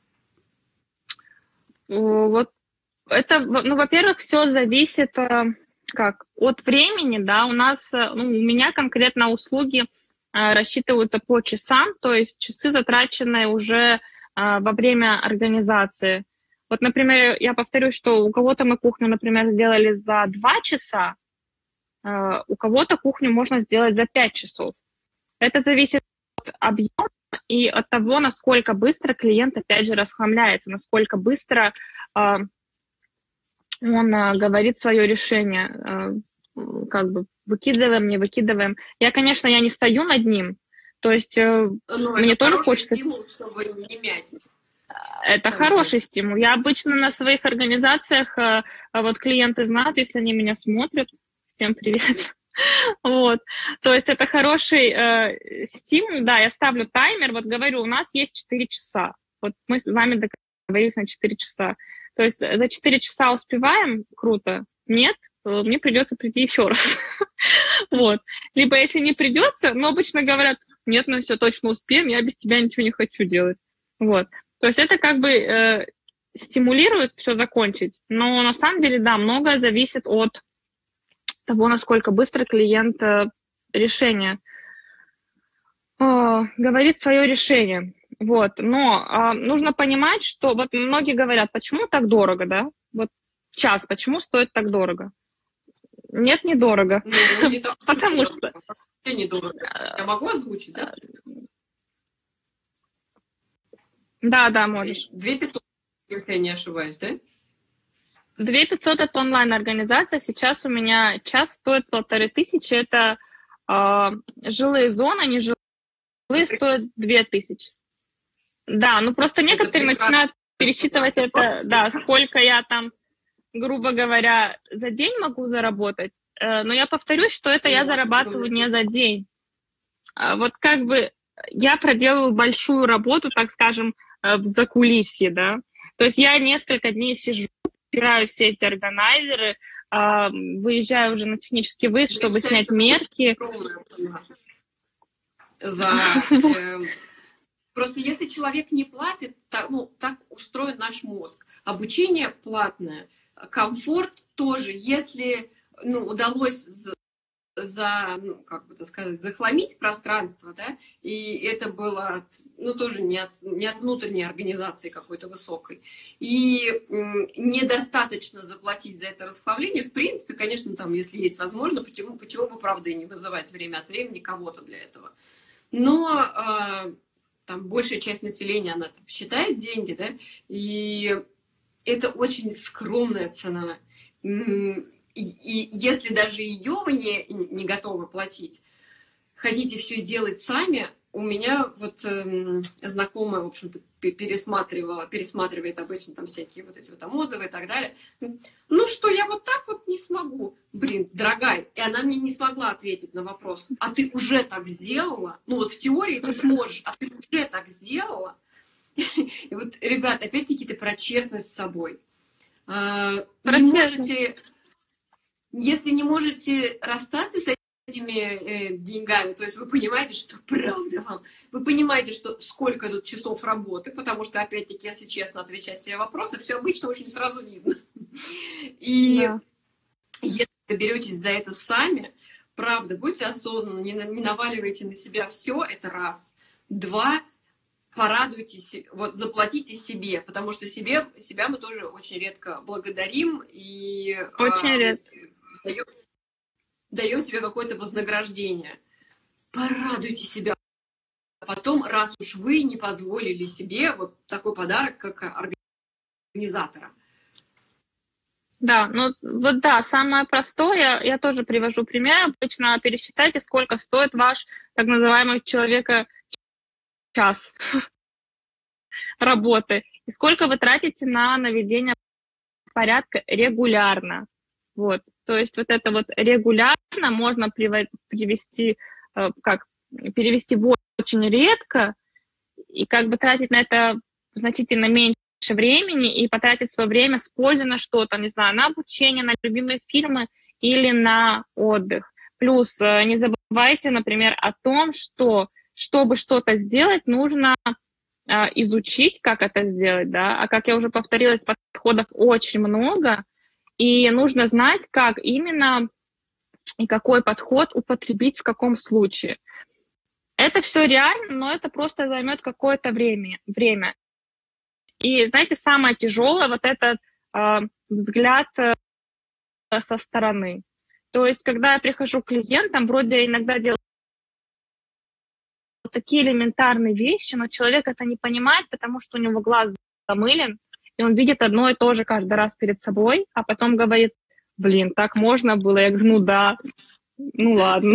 Вот это, во-первых, все зависит от времени, да, у меня конкретно услуги рассчитываются по часам, то есть часы затраченные уже во время организации. Вот, например, я повторюсь, что у кого-то мы кухню, например, сделали за 2 часа, у кого-то кухню можно сделать за 5 часов. Это зависит от объема и от того, насколько быстро клиент, опять же, расхламляется, насколько быстро он говорит свое решение, как бы выкидываем, не выкидываем. Я не стою над ним, то есть мне тоже хочется... стимул, чтобы не мять. Это хороший стимул. Я обычно на своих организациях, вот клиенты знают, если они меня смотрят, всем привет. Вот, то есть это хороший стимул, да, я ставлю таймер, вот говорю, у нас есть 4 часа, вот мы с вами договорились на 4 часа, то есть за 4 часа успеваем, круто, нет, то мне придется прийти еще раз, вот, либо если не придется, но обычно говорят, нет, мы все точно успеем, я без тебя ничего не хочу делать, вот, то есть это как бы стимулирует все закончить, но на самом деле, да, многое зависит от того, насколько быстро клиент говорит свое решение. Вот. Но нужно понимать, что вот многие говорят, почему так дорого, да? Вот час, почему стоит так дорого? Нет, недорого. Не так, потому что... недорого. Я могу озвучить, да? Да, можешь. 2500, если я не ошибаюсь, да? 2500 – это онлайн-организация. Сейчас у меня час стоит 1500. Это жилые зоны, нежилые стоят 2000. Да, ну просто некоторые начинают пересчитывать это, да, сколько я там, грубо говоря, за день могу заработать. Но я повторюсь, что это я зарабатываю не за день. Вот как бы я проделываю большую работу, так скажем, в закулисье, да. То есть я несколько дней сижу, собираю все эти органайзеры, выезжаю уже на технический выезд, чтобы снять мерки. Просто если человек не платит, так устроен наш мозг. Обучение платное, комфорт тоже. Если удалось захламить пространство, да, и это было тоже не от внутренней организации какой-то высокой, и недостаточно заплатить за это расхламление, в принципе, конечно, там, если есть возможность, почему бы, правда, и не вызывать время от времени кого-то для этого. Но там большая часть населения, она там считает деньги, да, и это очень скромная цена. И если даже ее вы не готовы платить, хотите все сделать сами, у меня вот знакомая, в общем-то, пересматривает обычно там всякие вот эти вот там отзывы и так далее. Ну что, я вот так вот не смогу. Блин, дорогая, и она мне не смогла ответить на вопрос. А ты уже так сделала? Ну вот в теории ты сможешь, а ты уже так сделала? И вот, ребят, опять-таки, про честность с собой. Если не можете расстаться с этими деньгами, то есть вы понимаете, что правда вам, вы понимаете, что сколько тут часов работы, потому что, опять-таки, если честно отвечать себе вопросы, все обычно очень сразу видно. И если вы беретесь за это сами, правда, будьте осознанны, не наваливайте на себя все, это раз. Два, порадуйтесь, вот заплатите себе, потому что себя мы тоже очень редко благодарим и даем себе какое-то вознаграждение. Порадуйте себя. Потом, раз уж вы не позволили себе вот такой подарок, как организатора. Да, ну вот да, самое простое, я тоже привожу пример. Обычно пересчитайте, сколько стоит ваш так называемый человека час работы, и сколько вы тратите на наведение порядка регулярно. Вот. То есть вот это вот регулярно можно перевести в очень редко, и как бы тратить на это значительно меньше времени и потратить свое время с пользой на что-то, не знаю, на обучение, на любимые фильмы или на отдых. Плюс не забывайте, например, о том, что чтобы что-то сделать, нужно изучить, как это сделать, да, а как я уже повторилась, подходов очень много, и нужно знать, как именно и какой подход употребить в каком случае. Это все реально, но это просто займет какое-то время. И, знаете, самое тяжелое вот этот взгляд со стороны. То есть, когда я прихожу к клиентам, вроде иногда делаю такие элементарные вещи, но человек это не понимает, потому что у него глаз замылен, и он видит одно и то же каждый раз перед собой, а потом говорит: блин, так можно было? Я говорю: ну да, ну ладно.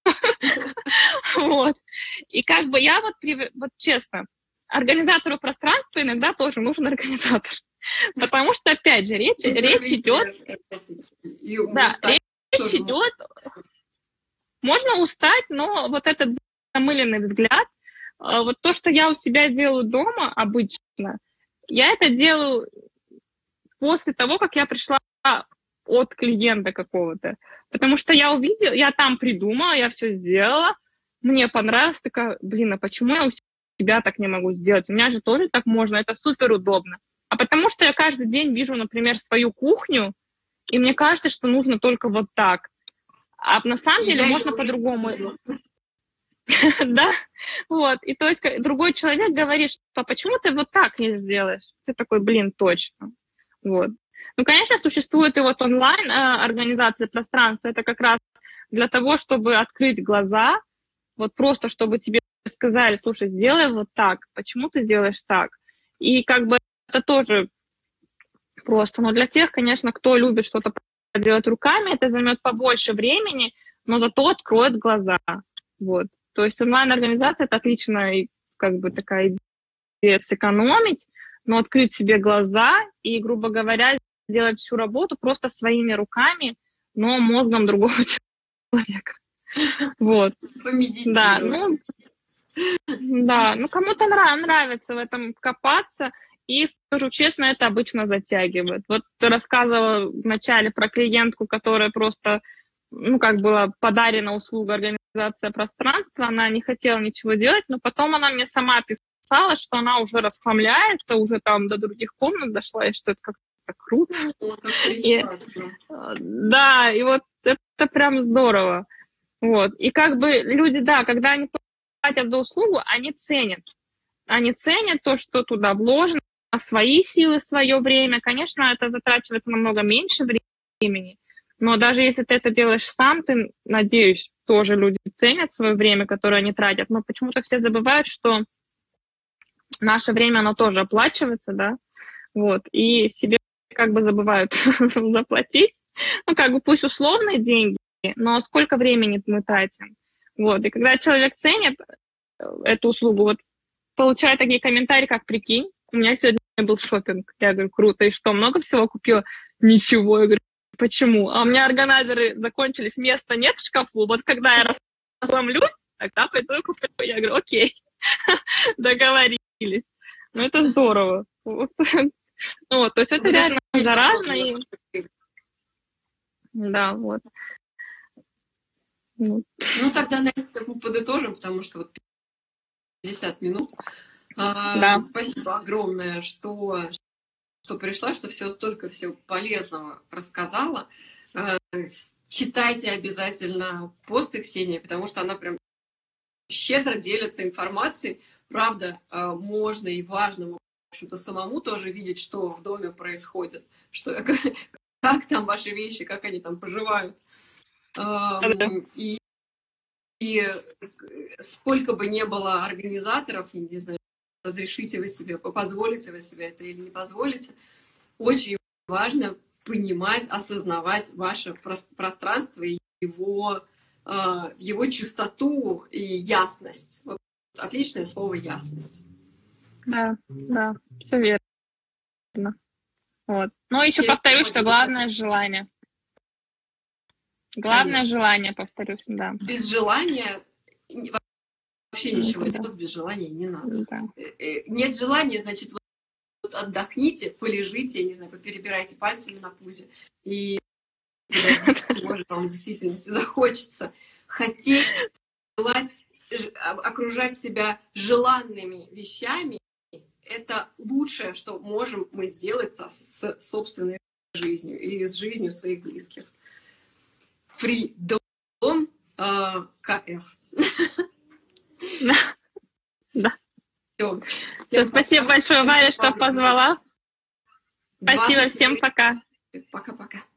Вот. И как бы я вот честно, организатору пространства иногда тоже нужен организатор. Потому что, опять же, речь идет... Да, речь идет... Можно устать, но вот этот замыленный взгляд, вот то, что я у себя делаю дома обычно, я это делаю после того, как я пришла от клиента какого-то. Потому что я увидела, я там придумала, я все сделала, мне понравилось, такая: блин, а почему я у себя так не могу сделать? У меня же тоже так можно, это супер удобно. А потому что я каждый день вижу, например, свою кухню, и мне кажется, что нужно только вот так. А на самом деле можно по-другому. Да, вот. И то есть другой человек говорит, что почему ты вот так не сделаешь? Ты такой: блин, точно. Вот. Ну, конечно, существует и вот онлайн организация пространства. Это как раз для того, чтобы открыть глаза, вот просто чтобы тебе сказали: слушай, сделай вот так, почему ты делаешь так? И как бы это тоже просто. Но для тех, конечно, кто любит что-то делать руками, это займет побольше времени, но зато откроет глаза. Вот. То есть онлайн-организация — это отличная как бы такая идея сэкономить, но открыть себе глаза и, грубо говоря, сделать всю работу просто своими руками, но мозгом другого человека. Вот. Да, ну, да, ну кому-то нравится в этом копаться, и, скажу честно, это обычно затягивает. Вот ты рассказывала вначале про клиентку, которая просто, ну, как была подарена услуга организация пространства, она не хотела ничего делать, но потом она мне сама писала, что она уже расхламляется, уже там до других комнат дошла, и что это как-то круто. Да, и вот это прям здорово. Вот. И как бы люди, да, когда они платят за услугу, они ценят. Они ценят то, что туда вложено, свои силы, свое время. Конечно, это затрачивается намного меньше времени, но даже если ты это делаешь сам, ты, надеюсь, тоже люди ценят свое время, которое они тратят. Но почему-то все забывают, что наше время, оно тоже оплачивается, да, вот, и себе как бы забывают заплатить. Ну, как бы пусть условные деньги, но сколько времени мы тратим. Вот, и когда человек ценит эту услугу, вот, получаю такие комментарии, как: прикинь, у меня сегодня был шопинг. Я говорю: круто, и что, много всего купила? Ничего. Я говорю: почему? А у меня органайзеры закончились, места нет в шкафу, вот когда я расхламлюсь, тогда пойду и куплю. Я говорю: окей, договорились. Ну, это здорово. Вот, то есть это реально заразно. Да, вот. Ну, тогда, наверное, мы подытожим, потому что вот 50 минут. Да. Спасибо огромное, что пришла, что столько всего полезного рассказала. Читайте обязательно посты Ксении, потому что она прям щедро делится информацией. Правда, можно и важно, в общем-то, самому тоже видеть, что в доме происходит, как там ваши вещи, как они там поживают. И сколько бы ни было организаторов, не знаю, разрешите вы себе, позволите вы себе это или не позволите, очень важно понимать, осознавать ваше пространство и его чистоту и ясность. Вот отличное слово «ясность». Да, все верно. Вот. Но еще повторюсь, что главное — желание. Главное — конечно. Желание, повторюсь, да. Без желания вообще ничего делать без желания не надо. Да. Нет желания, значит, вот отдохните, полежите, не знаю, поперебирайте пальцами на пузе, и может, вам в действительности захочется хотеть, желать, окружать себя желанными вещами. Это лучшее, что можем мы сделать с собственной жизнью и с жизнью своих близких. Freedom КФ. Да. Все, спасибо большое, Валя, что позвала. Спасибо, всем пока. Пока-пока.